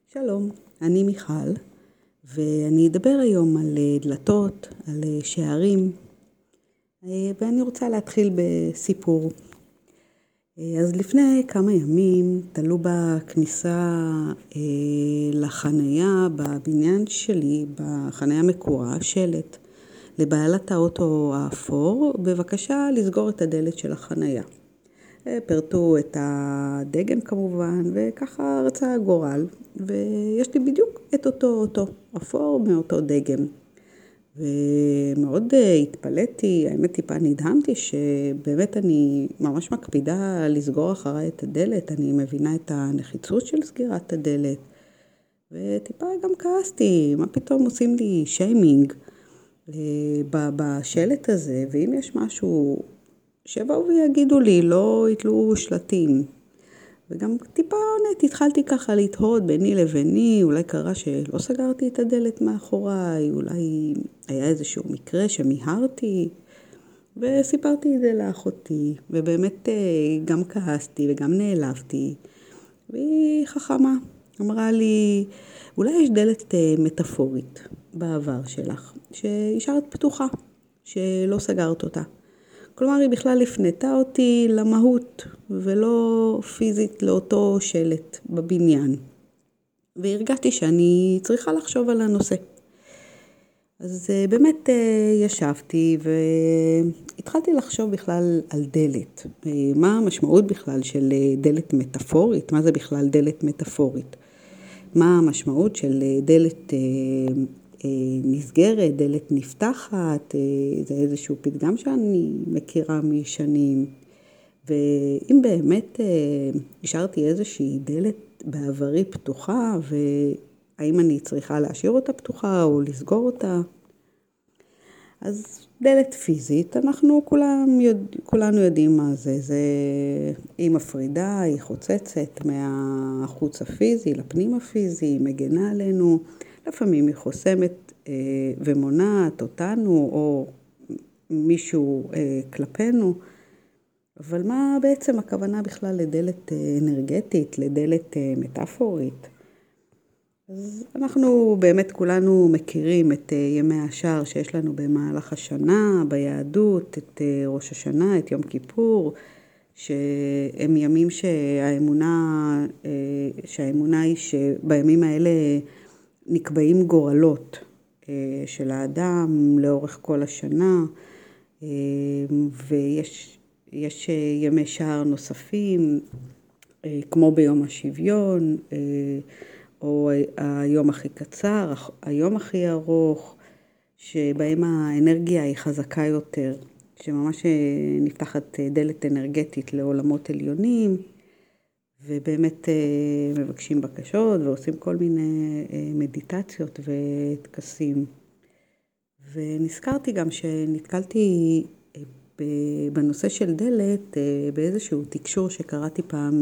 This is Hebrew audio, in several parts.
שלום, אני מיכל, ואני אדבר היום על דלתות, על שערים, ואני רוצה להתחיל בסיפור. אז לפני כמה ימים תלו בכניסה לחניה בבניין שלי, בחניה מקורה, שלט לבעלת האוטו האפור, בבקשה לסגור את הדלת של החניה. פרטו את הדגם כמובן, וככה רצה הגורל, ויש לי בדיוק את אותו אוטו אפור מאותו דגם. ומאוד התפלאתי, האמת טיפה נדהמתי שבאמת אני ממש מקפידה לסגור אחריי את הדלת, אני מבינה את הנחיצות של סגירת הדלת, וטיפה גם כעסתי, מה פתאום עושים לי שיימינג בשלט הזה, ואם יש משהו שבאו ויגידו לי, לא יתלו שלטים. וגם טיפה עונת, התחלתי ככה להתהות ביני לביני, אולי קרה שלא סגרתי את הדלת מאחוריי, אולי היה איזשהו מקרה שמיהרתי, וסיפרתי את זה לאחותי, ובאמת גם כעסתי וגם נעלבתי, והיא חכמה, אמרה לי, אולי יש דלת מטאפורית בעבר שלך, שהשארת פתוחה, שלא סגרת אותה. כלומר, היא בכלל הפנתה אותי למהות, ולא פיזית לאותו שלט בבניין. והרגשתי שאני צריכה לחשוב על הנושא. אז באמת ישבתי והתחלתי לחשוב בכלל על דלת. מה המשמעות בכלל של דלת מטאפורית? מה זה בכלל דלת מטאפורית? מה המשמעות של דלת נסגרת, דלת נפתחת, זה איזשהו פתגם שאני מכירה משנים. ואם באמת השארתי איזושהי דלת בעברי פתוחה, והאם אני צריכה להשאיר אותה פתוחה או לסגור אותה? אז דלת פיזית, אנחנו כולנו יודעים מה זה. היא מפרידה, היא חוצצת מהחוץ הפיזי לפנים הפיזי, היא מגנה עלינו. לפעמים היא חוסמת ומונעת אותנו או מישהו כלפינו. אבל מה בעצם הכוונה בכלל לדלת אנרגטית, לדלת מטאפורית? אז אנחנו באמת כולנו מכירים את ימי השער שיש לנו במהלך השנה, ביהדות, את ראש השנה, את יום כיפור, שהם ימים שהאמונה היא שבימים האלה נקבעים גורלות של האדם לאורך כל השנה, ויש ימי שער נוספים, כמו ביום השוויון, או היום הכי קצר, היום הכי ארוך, שבהם האנרגיה היא חזקה יותר, שממש נפתחת דלת אנרגטית לעולמות עליונים, ובאמת מבקשים בקשות ועושים כל מיני מדיטציות וטקסים. ונזכרתי גם שנתקלתי בנושא של דלת באיזשהו תקשור שקראתי פעם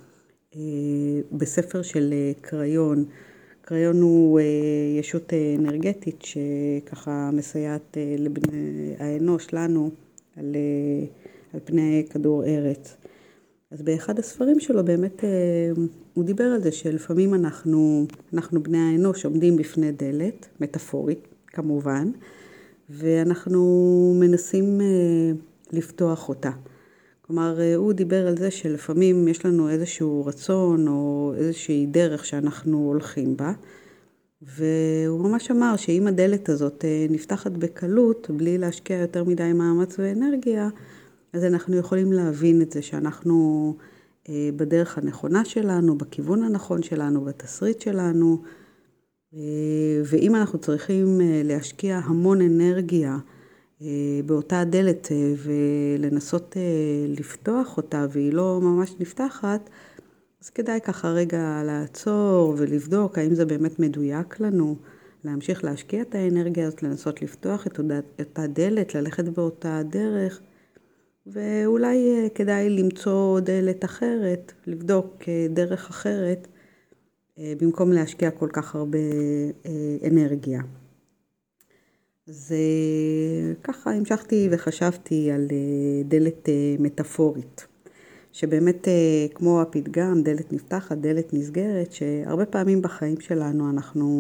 בספר של קריון. קריון הוא ישות אנרגטית שככה מסייעת לבני האנוש לנו על פני כדור ארץ. אז באחד הספרים שלו באמת הוא דיבר על זה שלפעמים אנחנו בני האנוש עומדים בפני דלת, מטאפורית כמובן, ואנחנו מנסים לפתוח אותה. כלומר, הוא דיבר על זה שלפעמים יש לנו איזשהו רצון או איזושהי דרך שאנחנו הולכים בה, והוא ממש אמר שאם הדלת הזאת נפתחת בקלות, בלי להשקיע יותר מדי מאמץ ואנרגיה, אז אנחנו יכולים להבין את זה שאנחנו בדרך הנכונה שלנו, בכיוון הנכון שלנו, בתסריט שלנו, ואם אנחנו צריכים להשקיע המון אנרגיה באותה דלת ולנסות לפתוח אותה והיא לא ממש נפתחת, אז כדאי ככה רגע לעצור ולבדוק האם זה באמת מדויק לנו, להמשיך להשקיע את האנרגיה הזאת, לנסות לפתוח את אותה דלת, ללכת באותה דרך, ואולי כדאי למצוא דלת אחרת, לבדוק דרך אחרת, במקום להשקיע כל כך הרבה אנרגיה. אז ככה המשכתי וחשבתי על דלת מטאפורית. שבאמת כמו הפתגם, דלת נפתחת, דלת נסגרת, שהרבה פעמים בחיים שלנו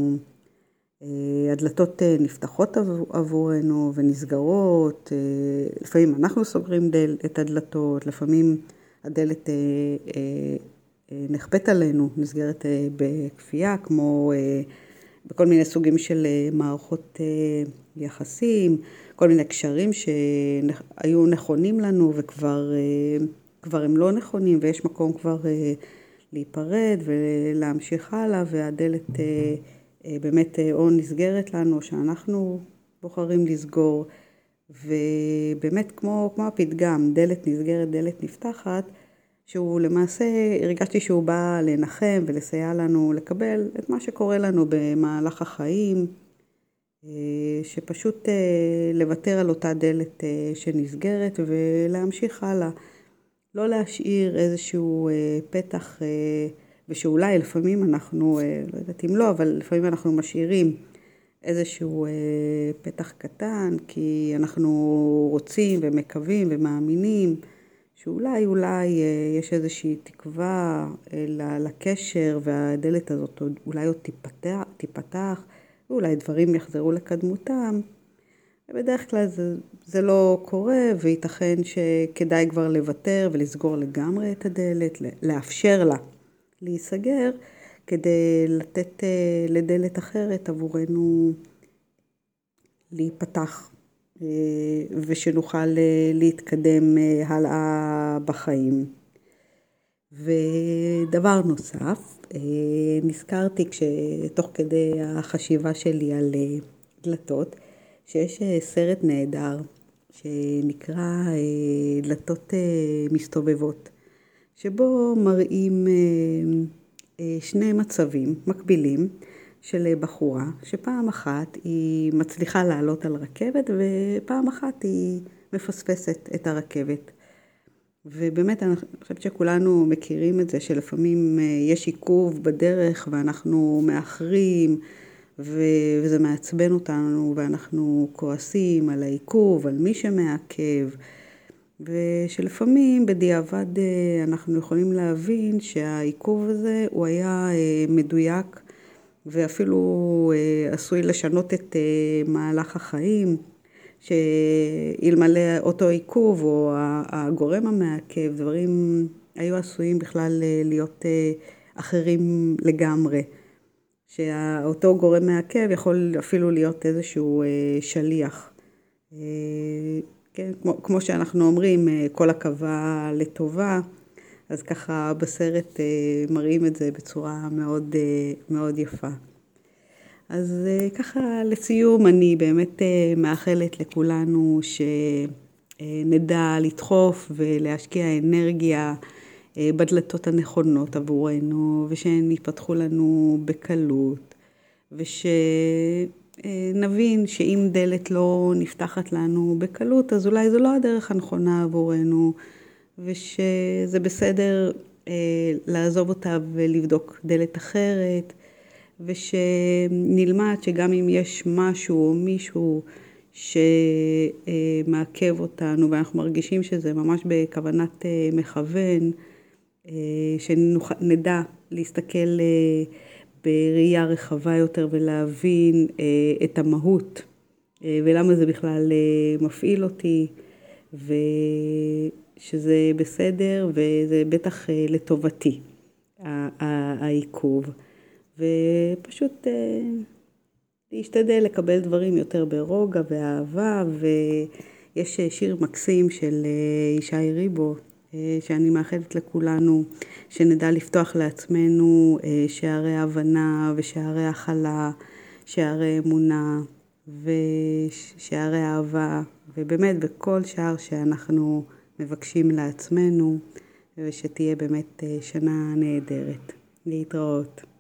הדלתות נפתחות עבורנו ונסגרות, לפעמים אנחנו סוגרים את הדלתות, לפעמים הדלת נכפת עלינו, נסגרת בכפייה, כמו בכל מיני סוגים של מערכות יחסים, כל מיני קשרים שהיו נכונים לנו וכבר הם לא נכונים, ויש מקום כבר להיפרד ולהמשיך הלאה, והדלת באמת או נסגרת לנו, שאנחנו בוחרים לסגור, ובאמת כמו הפתגם, דלת נסגרת, דלת נפתחת, שהוא למעשה, הרגשתי שהוא בא לנחם ולסייע לנו לקבל את מה שקורה לנו במהלך החיים, שפשוט לוותר על אותה דלת שנסגרת ולהמשיך הלאה. לא להשאיר איזשהו פתח, ושאולי לפעמים אנחנו, לא יודעת אם לא, אבל לפעמים אנחנו משאירים איזשהו פתח קטן, כי אנחנו רוצים ומקווים ומאמינים, שאולי יש איזושהי תקווה לקשר, והדלת הזאת אולי עוד תיפתח, ואולי דברים יחזרו לקדמותם. ובדרך כלל זה לא קורה, וייתכן שכדאי כבר לוותר ולסגור לגמרי את הדלת, לאפשר לה להיסגר, כדי לתת לדלת אחרת עבורנו להיפתח, ושנוכל להתקדם הלאה בחיים. ודבר נוסף, נזכרתי תוך כדי החשיבה שלי על דלתות, שיש סרט נהדר שנקרא דלתות מסתובבות, שבו מראים שני מצבים מקבילים של בחורה, שפעם אחת היא מצליחה לעלות על רכבת, ופעם אחת היא מפספסת את הרכבת. ובאמת אני חושבת שכולנו מכירים את זה, שלפעמים יש עיכוב בדרך ואנחנו מאחרים, וזה מעצבן אותנו, ואנחנו כועסים על העיכוב, על מי שמעכב, ושלפעמים בדיעבד אנחנו יכולים להבין שהעיכוב הזה הוא היה מדויק, ואפילו עשוי לשנות את מהלך החיים, שאלמלא אותו עיכוב או הגורם המעכב, דברים היו עשויים בכלל להיות אחרים לגמרי. שאותו גורם מעכב יכול אפילו להיות איזשהו שליח. כן, כמו שאנחנו אומרים, כל עכבה לטובה, אז ככה בסרט מראים את זה בצורה מאוד, מאוד יפה. אז ככה לסיום, אני באמת מאחלת לכולנו שנדע לדחוף ולהשקיע אנרגיה בדלתות הנכונות עבורנו, ושהן ייפתחו לנו בקלות, ושנבין שאם דלת לא נפתחת לנו בקלות, אז אולי זו לא הדרך הנכונה עבורנו, ושזה בסדר לעזוב אותה ולבדוק דלת אחרת, ושנלמד שגם אם יש משהו או מישהו שמעכב אותנו, ואנחנו מרגישים שזה ממש בכוונת מכוון, שנדע להסתכל בראייה רחבה יותר ולהבין את המהות, ולמה זה בכלל מפעיל אותי, ושזה בסדר, וזה בטח לטובתי, העיכוב. ופשוט להשתדל לקבל דברים יותר ברוגע ואהבה, ויש שיר מקסים של ישי ריבו, שאני מאחלת לכולנו, שנדע לפתוח לעצמנו שערי הבנה ושערי הכלה, שערי אמונה ושערי אהבה, ובאמת בכל שער שאנחנו מבקשים לעצמנו, ושתהיה באמת שנה נהדרת. להתראות.